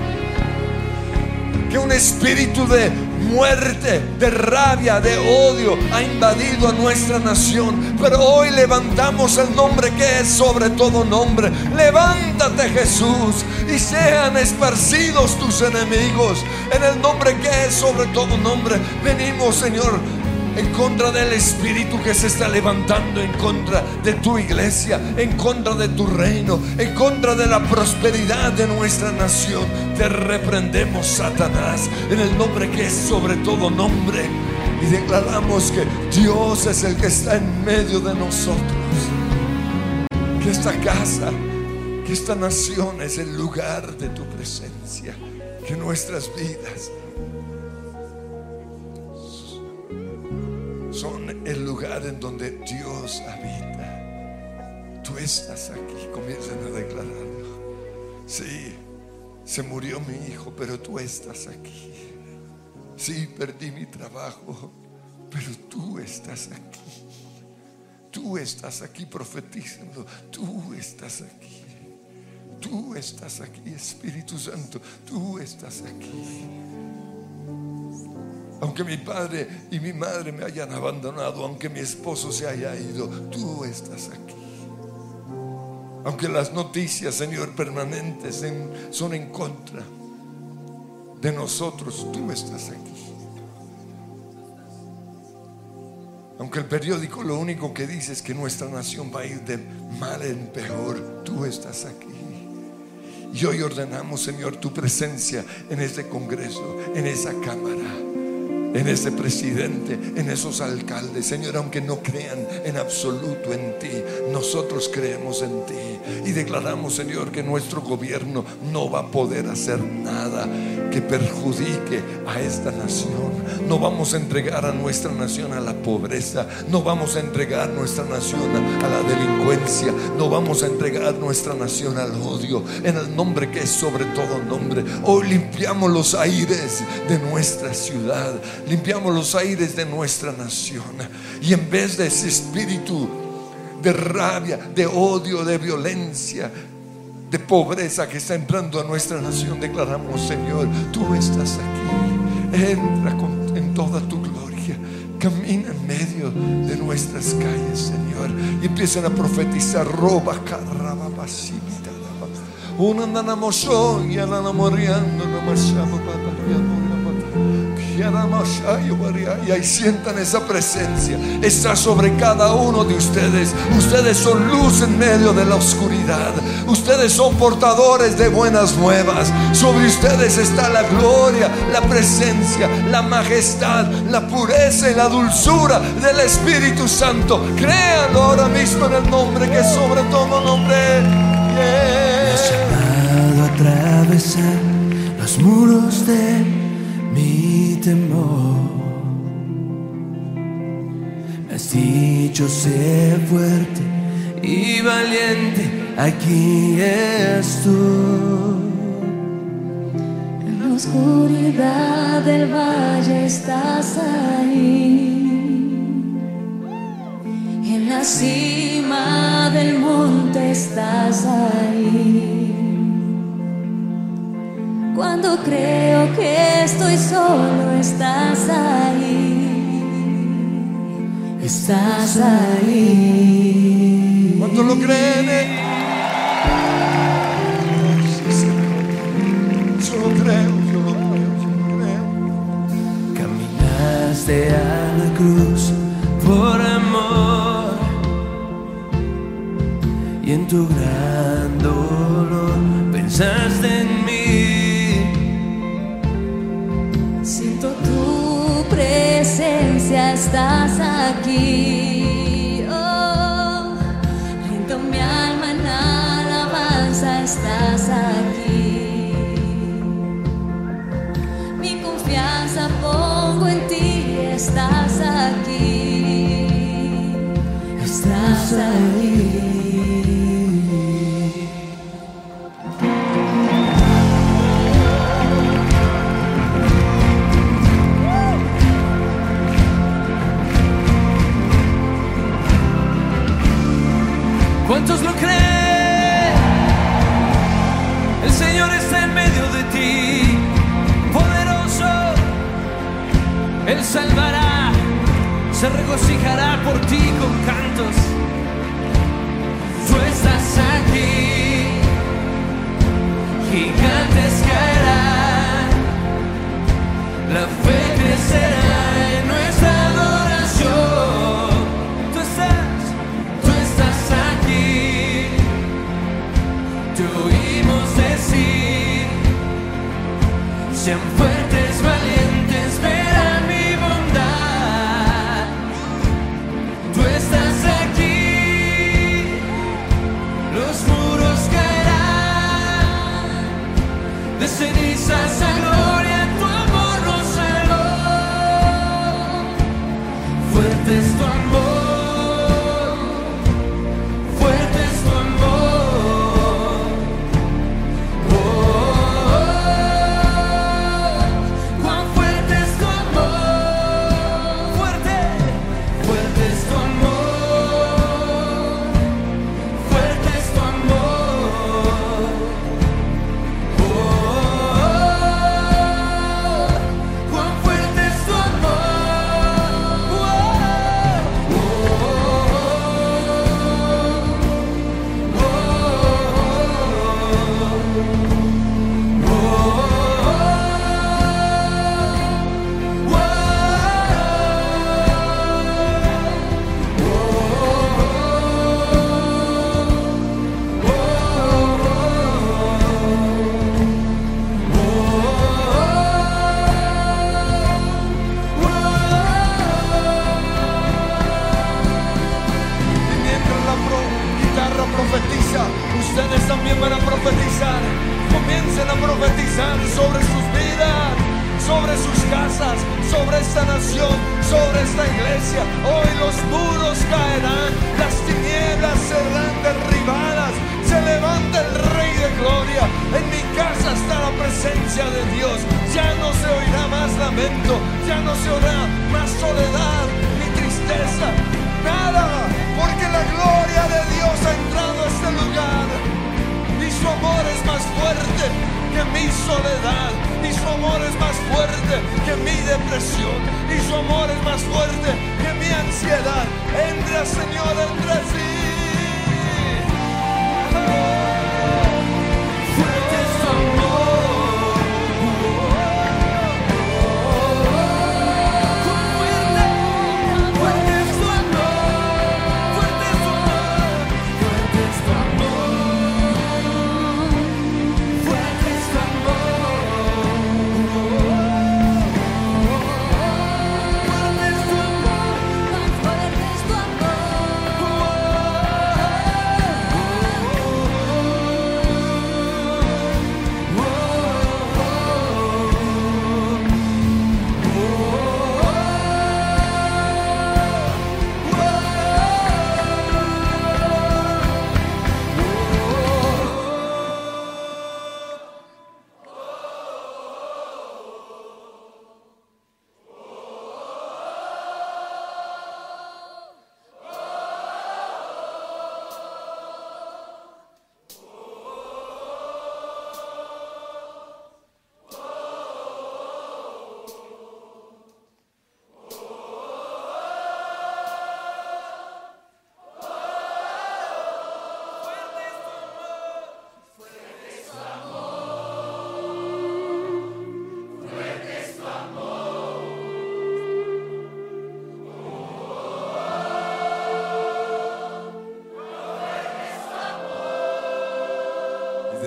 que un espíritu de muerte, de rabia, de odio ha invadido a nuestra nación. Pero hoy levantamos el nombre que es sobre todo nombre. Levántate, Jesús, y sean esparcidos tus enemigos. En el nombre que es sobre todo nombre. Venimos, Señor, en contra del espíritu que se está levantando en contra de tu iglesia, en contra de tu reino, en contra de la prosperidad de nuestra nación. Te reprendemos, Satanás, en el nombre que es sobre todo nombre. Y declaramos que Dios es el que está en medio de nosotros. Que esta casa, que esta nación es el lugar de tu presencia. Que nuestras vidas son el lugar en donde Dios habita. Tú estás aquí. Comiencen a declararlo. Sí, se murió mi hijo, pero tú estás aquí. Sí, perdí mi trabajo, pero tú estás aquí. Tú estás aquí profetizando. Tú estás aquí. Tú estás aquí, Espíritu Santo. Tú estás aquí. Aunque mi padre y mi madre me hayan abandonado, aunque mi esposo se haya ido, tú estás aquí. Aunque las noticias, Señor, permanentes en, son en contra de nosotros, tú estás aquí. Aunque el periódico lo único que dice es que nuestra nación va a ir de mal en peor, tú estás aquí. Y hoy ordenamos, Señor, tu presencia en este congreso, en esa cámara, en ese presidente, en esos alcaldes. Señor, aunque no crean en absoluto en ti, nosotros creemos en ti. Y declaramos, Señor, que nuestro gobierno no va a poder hacer nada que perjudique a esta nación. No vamos a entregar a nuestra nación a la pobreza. No vamos a entregar nuestra nación a la delincuencia. No vamos a entregar nuestra nación al odio. En el nombre que es sobre todo nombre, hoy limpiamos los aires de nuestra ciudad. Limpiamos los aires de nuestra nación. Y en vez de ese espíritu de rabia, de odio, de violencia, de pobreza que está entrando a nuestra nación, declaramos, Señor, tú estás aquí. Entra con, en toda tu gloria. Camina en medio de nuestras calles, Señor, y empiezan a profetizar. Roba, carraba, pasita. Una nana mozo y la namoriando, no más llama, papá, y ahí sientan esa presencia. Está sobre cada uno de ustedes. Ustedes son luz en medio de la oscuridad. Ustedes son portadores de buenas nuevas. Sobre ustedes está la gloria, la presencia, la majestad, la pureza y la dulzura del Espíritu Santo. Créanlo ahora mismo en el nombre que es sobre todo nombre. Yeah. Me has llamado a atravesar los muros de mi temor. Me has has dicho sé fuerte y valiente, aquí estoy. En la oscuridad del valle estás ahí, en la cima del monte estás ahí. Cuando creo que estoy solo, estás ahí. Estás ahí. ¿Cuántos lo creen? eh? Sí, Señor. Yo lo creo, yo lo creo, yo lo creo. Caminaste a la cruz por amor y en tu gran dolor pensaste en mí. Siento tu presencia, estás aquí. Oh, rindo mi alma en alabanza, estás aquí. Mi confianza pongo en ti, estás aquí. Estás ahí. ¿Cuántos lo creen? El Señor está en medio de ti, poderoso. Él salvará, se regocijará por ti con cantos. Tú estás aquí, gigantes caerán, la fe crecerá en nuestra adoración. Tú estás, tú estás aquí, te oímos decir, sean fuertes, valientes, verán mi bondad. Tú estás aquí, los muros caerán, de cenizas a gloria tu amor nos salvó. Fuerte es tu amor, fuerte es tu amor. Oh, oh, oh. Cuán fuerte es tu amor, fuerte, fuerte es tu amor, fuerte es tu amor. Oh, oh, oh. Cuán fuerte es tu amor. Oh, oh, Mientras la pro- guitarra profetiza, ustedes también van a profetizar. Comiencen a profetizar sobre sus vidas, sobre sus casas, sobre esta nación, sobre esta iglesia. Hoy los muros caerán, las tinieblas serán derribadas. Se levanta el Rey de Gloria. En mi casa está la presencia de Dios. Ya no se oirá más lamento, ya no se oirá más soledad ni tristeza, nada, porque la gloria de Dios ha entrado a este lugar. Y su amor es más fuerte que mi soledad. Y su amor es más fuerte que mi depresión. Y su amor es más fuerte que mi ansiedad. Entra, Señor, entra así. fuerte es tu amor. Fuerte, fuerte es tu amor, fuerte es tu amor, fuerte es tu amor, fuerte es tu amor, fuerte es tu amor, Cuán fuerte es tu amor.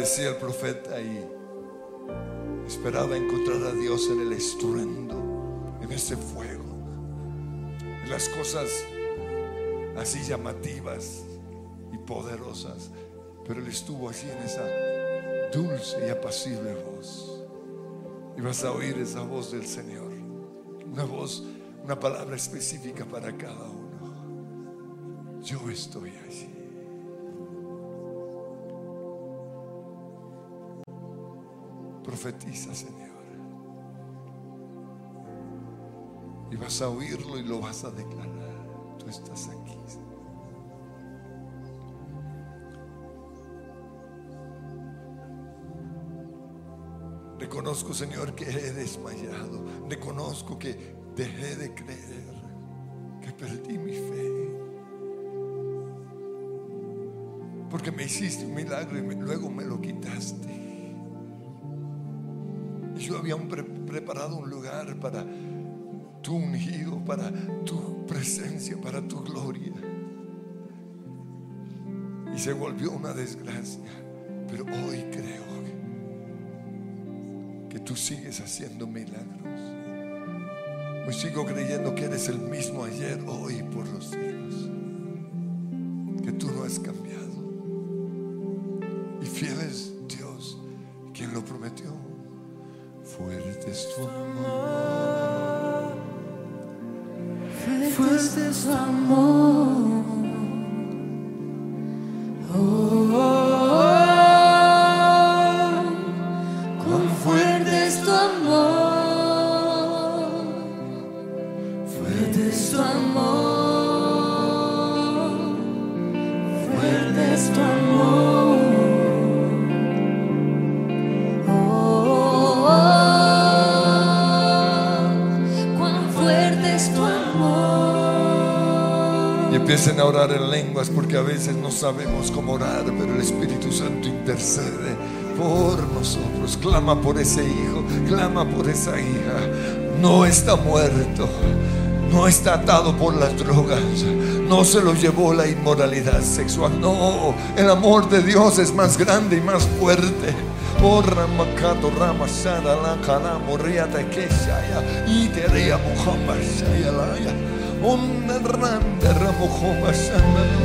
decía el profeta, y esperaba encontrar a Dios en el estruendo, en ese fuego, en las cosas así llamativas y poderosas. Pero Él estuvo así en esa dulce y apacible voz. Y vas a oír esa voz del Señor, una voz, una palabra específica para cada uno. Yo estoy allí. Profetiza, Señor, y vas a oírlo y lo vas a declarar. Tú estás aquí, Señor. Reconozco, Señor, que he desmayado. Reconozco que dejé de creer, que perdí mi fe, porque me hiciste un milagro y me, luego me lo quitaste. Y yo había un pre preparado un lugar para tu ungido, para tu presencia, para tu gloria, y se volvió una desgracia. Pero hoy creo que tú sigues haciendo milagros. Hoy sigo creyendo que eres el mismo ayer, hoy y por los siglos, que tú no has cambiado. Y fiel es Dios quien lo prometió. Fuerte es tu amor, fuerte es tu amor. Oh, oh, oh. Cuán fuerte es tu amor, fuerte es tu amor, fuerte es tu amor. Empiecen a orar en lenguas, porque a veces no sabemos cómo orar, pero el Espíritu Santo intercede por nosotros. Clama por ese hijo, clama por esa hija. No está muerto, no está atado por las drogas, no se lo llevó la inmoralidad sexual. No, el amor de Dios es más grande y más fuerte. Oh, Ramakato, Ramashara, la Kana, Moria, Tekeshaya, y Terea, Muhammad, Shayalaya. Una randa ramojoma sana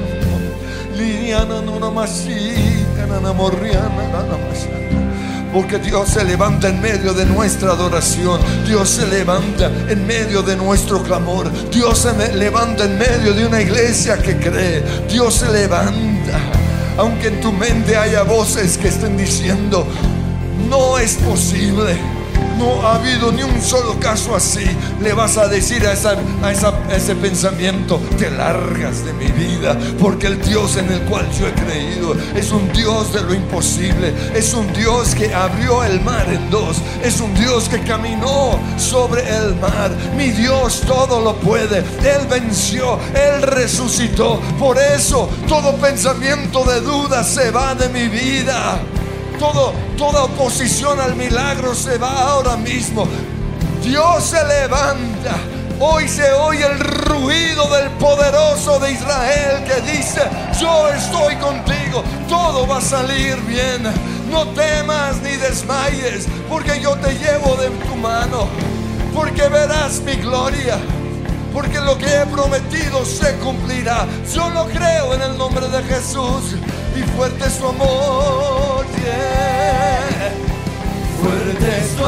Liliana no namasita na morriana na masana. Porque Dios se levanta en medio de nuestra adoración. Dios se levanta en medio de nuestro clamor. Dios se levanta en medio de una iglesia que cree. Dios se levanta. Aunque en tu mente haya voces que estén diciendo no es posible, no ha habido ni un solo caso así, le vas a decir a, esa, a, esa, a ese pensamiento: te largas de mi vida, porque el Dios en el cual yo he creído es un Dios de lo imposible, es un Dios que abrió el mar en dos, es un Dios que caminó sobre el mar. Mi Dios todo lo puede, Él venció, Él resucitó. Por eso todo pensamiento de duda se va de mi vida. Todo, toda oposición al milagro se va ahora mismo. Dios se levanta. Hoy se oye el ruido del poderoso de Israel que dice: yo estoy contigo, todo va a salir bien. No temas ni desmayes, porque yo te llevo de tu mano, porque verás mi gloria, porque lo que he prometido se cumplirá. Yo lo creo en el nombre de Jesús. Y fuerte es tu amor, yeah. Fuerte es tu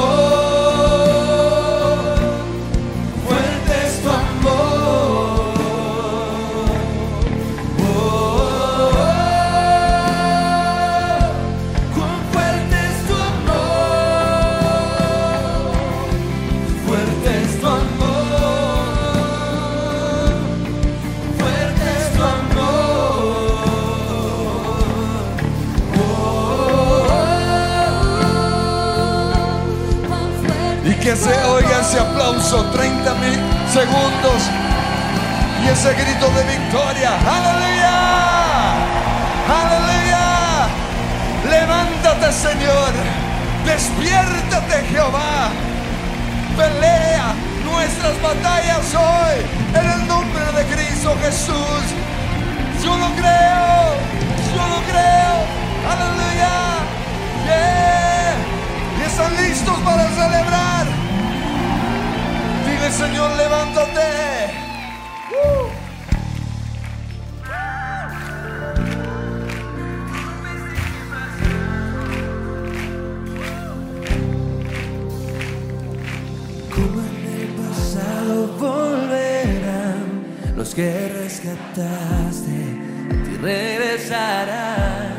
amor, fuerte es tu amor. Oh, oh, oh. Cuán fuerte es tu amor, fuerte es tu amor. Que se oiga ese aplauso, treinta mil segundos, y ese grito de victoria. ¡Aleluya! ¡Aleluya! Levántate, Señor, despiértate, Jehová. Pelea nuestras batallas hoy en el nombre de Cristo Jesús. Yo lo creo, yo lo creo. ¡Aleluya! Los que rescataste a ti regresarán,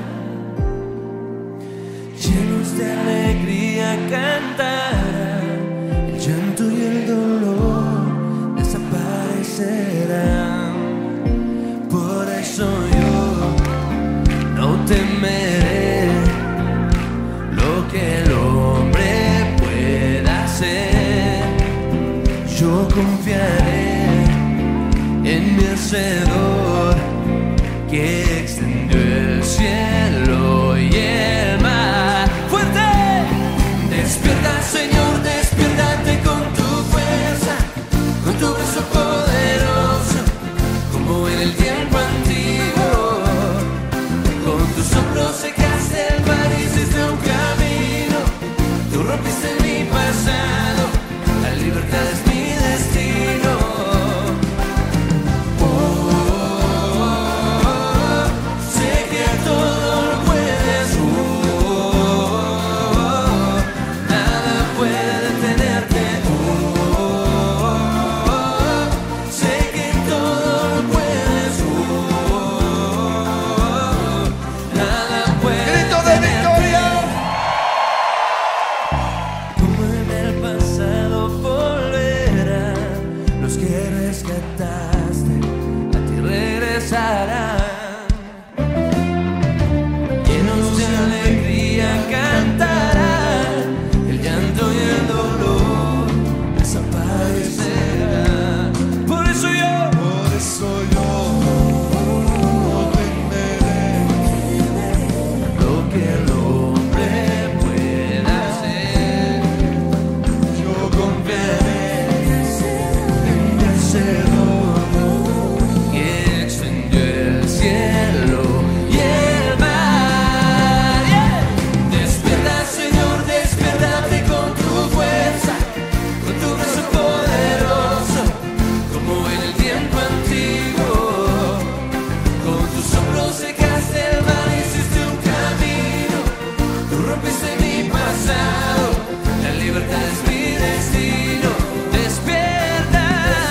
llenos de alegría cantarán, el llanto y el dolor desaparecerán. Por eso yo no temeré lo que el hombre pueda hacer. Yo confiaré en mi Hacedor, que extendió el cielo y el mar. ¡Fuerte! Despierta, Señor, despiértate con tu fuerza, con tu brazo poderoso, como en el tiempo antiguo. Con tus soplos secaste el mar y hiciste un camino. Tú rompiste mi pasado, la libertad es mi destino. Oh, oh, oh, sé que todo lo puedes. Oh, oh, oh, nada puede detenerte. Oh, oh, oh, sé que todo lo puedes. Oh, oh, oh, nada puede Grito de victoria. Como en el pasado volverán, los que rescataste a ti regresarán, llenos de alegría cantarán, el llanto y el dolor desaparecerán. Por eso yo, Por eso yo no temeré lo que el hombre pueda hacer, yo confiaré en mi Hacedor, que extendió el cielo y el mar. Yeah. Despierta, Señor, despiértate con tu fuerza, con tu brazo poderoso, como en el tiempo antiguo. Con tus hombros secaste el mar y hiciste un camino. Tú rompiste mi pasado, la libertad es mi destino. Despierta,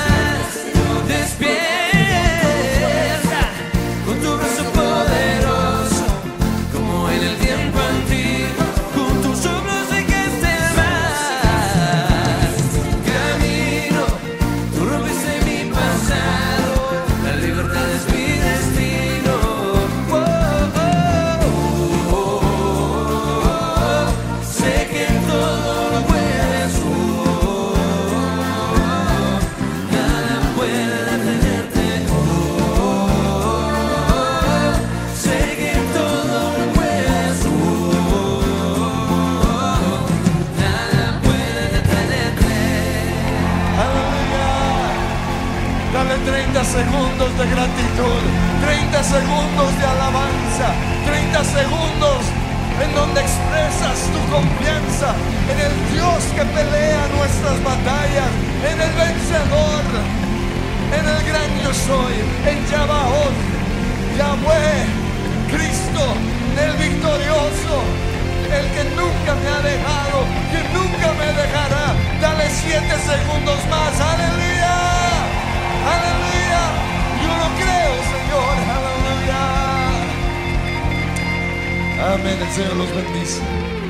despierta, con tu brazo poderoso, como en el tiempo antiguo. Con tus hombros secaste el mar, camino. Tú rompiste mi pasado, la libertad es mi destino. Oh, oh, oh, oh, oh, sé que todo lo puedes. Oh, oh, oh, nada puede detenerte. Oh, oh, oh, sé que todo lo puedes. Oh, oh, oh, nada puede detenerte. Aleluya. Dale treinta segundos de gratitud, treinta segundos de alabanza, treinta segundos en donde expresas tu confianza en el Dios que pelea nuestras batallas, en el vencedor, en el gran yo soy, en Yabaoth, Yahweh, Cristo, el victorioso, el que nunca me ha dejado, que nunca me dejará. Dale siete segundos más, aleluya, aleluya, yo lo creo, Señor, aleluya. Amén, el Señor los bendice.